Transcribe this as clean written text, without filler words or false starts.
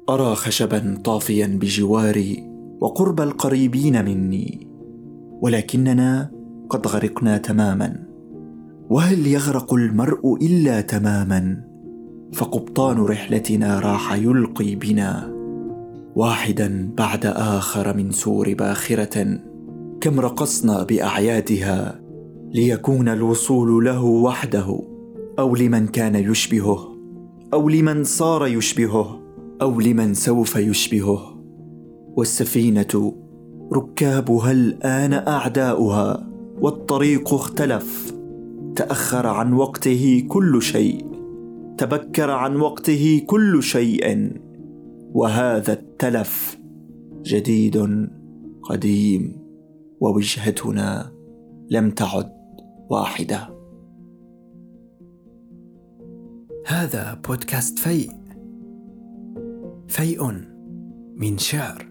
أرى خشبا طافيا بجواري وقرب القريبين مني، ولكننا قد غرقنا تماما. وهل يغرق المرء إلا تماما؟ فقبطان رحلتنا راح يلقي بنا واحدا بعد آخر من سور باخرة. كم رقصنا بأعيادها ليكون الوصول له وحده، أو لمن كان يشبهه، أو لمن صار يشبهه، أو لمن سوف يشبهه. والسفينة ركابها الآن أعداؤها، والطريق اختلف. تأخر عن وقته كل شيء، تبكر عن وقته كل شيء، وهذا التلف جديد قديم، ووجهتنا لم تعد واحدة. هذا بودكاست فيء من شعر